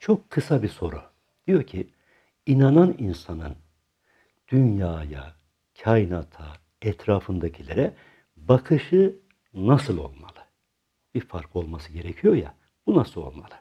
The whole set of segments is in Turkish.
Çok kısa bir soru. Diyor ki, inanan insanın dünyaya, kainata, etrafındakilere bakışı nasıl olmalı? Bir fark olması gerekiyor ya, bu nasıl olmalı?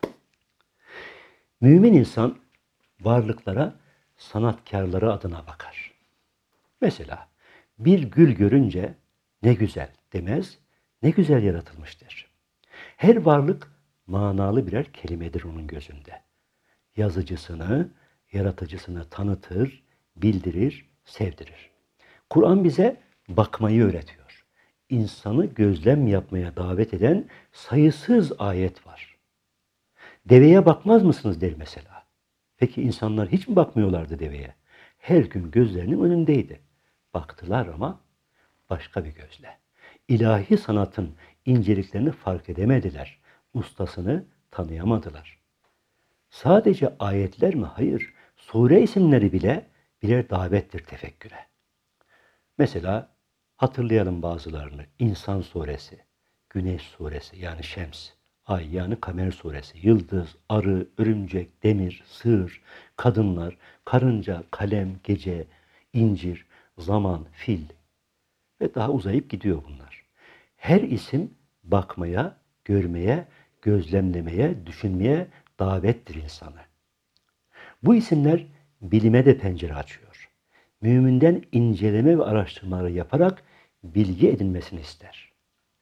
Mümin insan varlıklara sanatkarları adına bakar. Mesela bir gül görünce ne güzel demez, ne güzel yaratılmıştır. Her varlık manalı birer kelimedir onun gözünde. Yazıcısını, yaratıcısını tanıtır, bildirir, sevdirir. Kur'an bize bakmayı öğretiyor. İnsanı gözlem yapmaya davet eden sayısız ayet var. Deveye bakmaz mısınız der mesela. Peki insanlar hiç mi bakmıyorlardı deveye? Her gün gözlerinin önündeydi. Baktılar ama başka bir gözle. İlahi sanatın inceliklerini fark edemediler. Ustasını tanıyamadılar. Sadece ayetler mi? Hayır. Sure isimleri bile birer davettir tefekküre. Mesela hatırlayalım bazılarını. İnsan suresi, Güneş suresi yani Şems, Ay yani Kamer suresi, Yıldız, arı, örümcek, demir, sığır, kadınlar, karınca, kalem, gece, incir, zaman, fil ve daha uzayıp gidiyor bunlar. Her isim bakmaya, görmeye, gözlemlemeye, düşünmeye davettir insanı. Bu isimler bilime de pencere açıyor. Müminden inceleme ve araştırmaları yaparak bilgi edinmesini ister.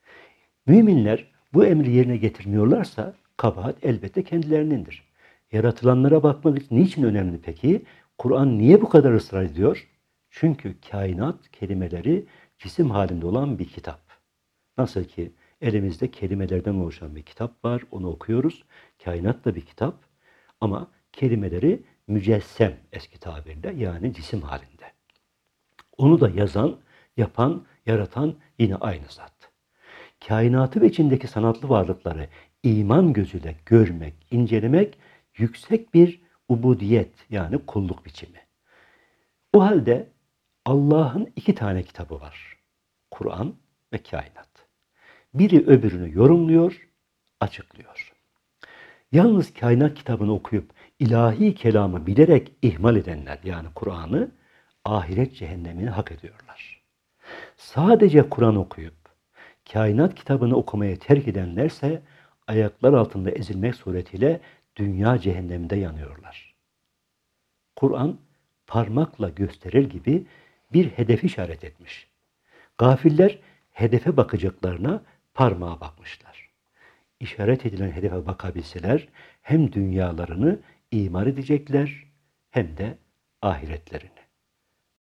Müminler bu emri yerine getirmiyorlarsa kabahat elbette kendilerinindir. Yaratılanlara bakmak niçin önemli peki? Kur'an niye bu kadar ısrar ediyor? Çünkü kainat kelimeleri cisim halinde olan bir kitap. Nasıl ki elimizde kelimelerden oluşan bir kitap var, onu okuyoruz. Kainat da bir kitap ama kelimeleri mücessem eski tabirle yani cisim halinde. Onu da yazan, yapan, yaratan yine aynı zat. Kainatı ve içindeki sanatlı varlıkları iman gözüyle görmek, incelemek yüksek bir ubudiyet yani kulluk biçimi. O halde Allah'ın iki tane kitabı var. Kur'an ve kainat. Biri öbürünü yorumluyor, açıklıyor. Yalnız kainat kitabını okuyup ilahi kelamı bilerek ihmal edenler yani Kur'an'ı ahiret cehennemini hak ediyorlar. Sadece Kur'an okuyup kainat kitabını okumayı terk edenlerse ayaklar altında ezilmek suretiyle dünya cehenneminde yanıyorlar. Kur'an parmakla gösterir gibi bir hedef işaret etmiş. Gafiller hedefe bakacaklarına parmağa bakmışlar. İşaret edilen hedefe bakabilseler hem dünyalarını imar edecekler hem de ahiretlerini.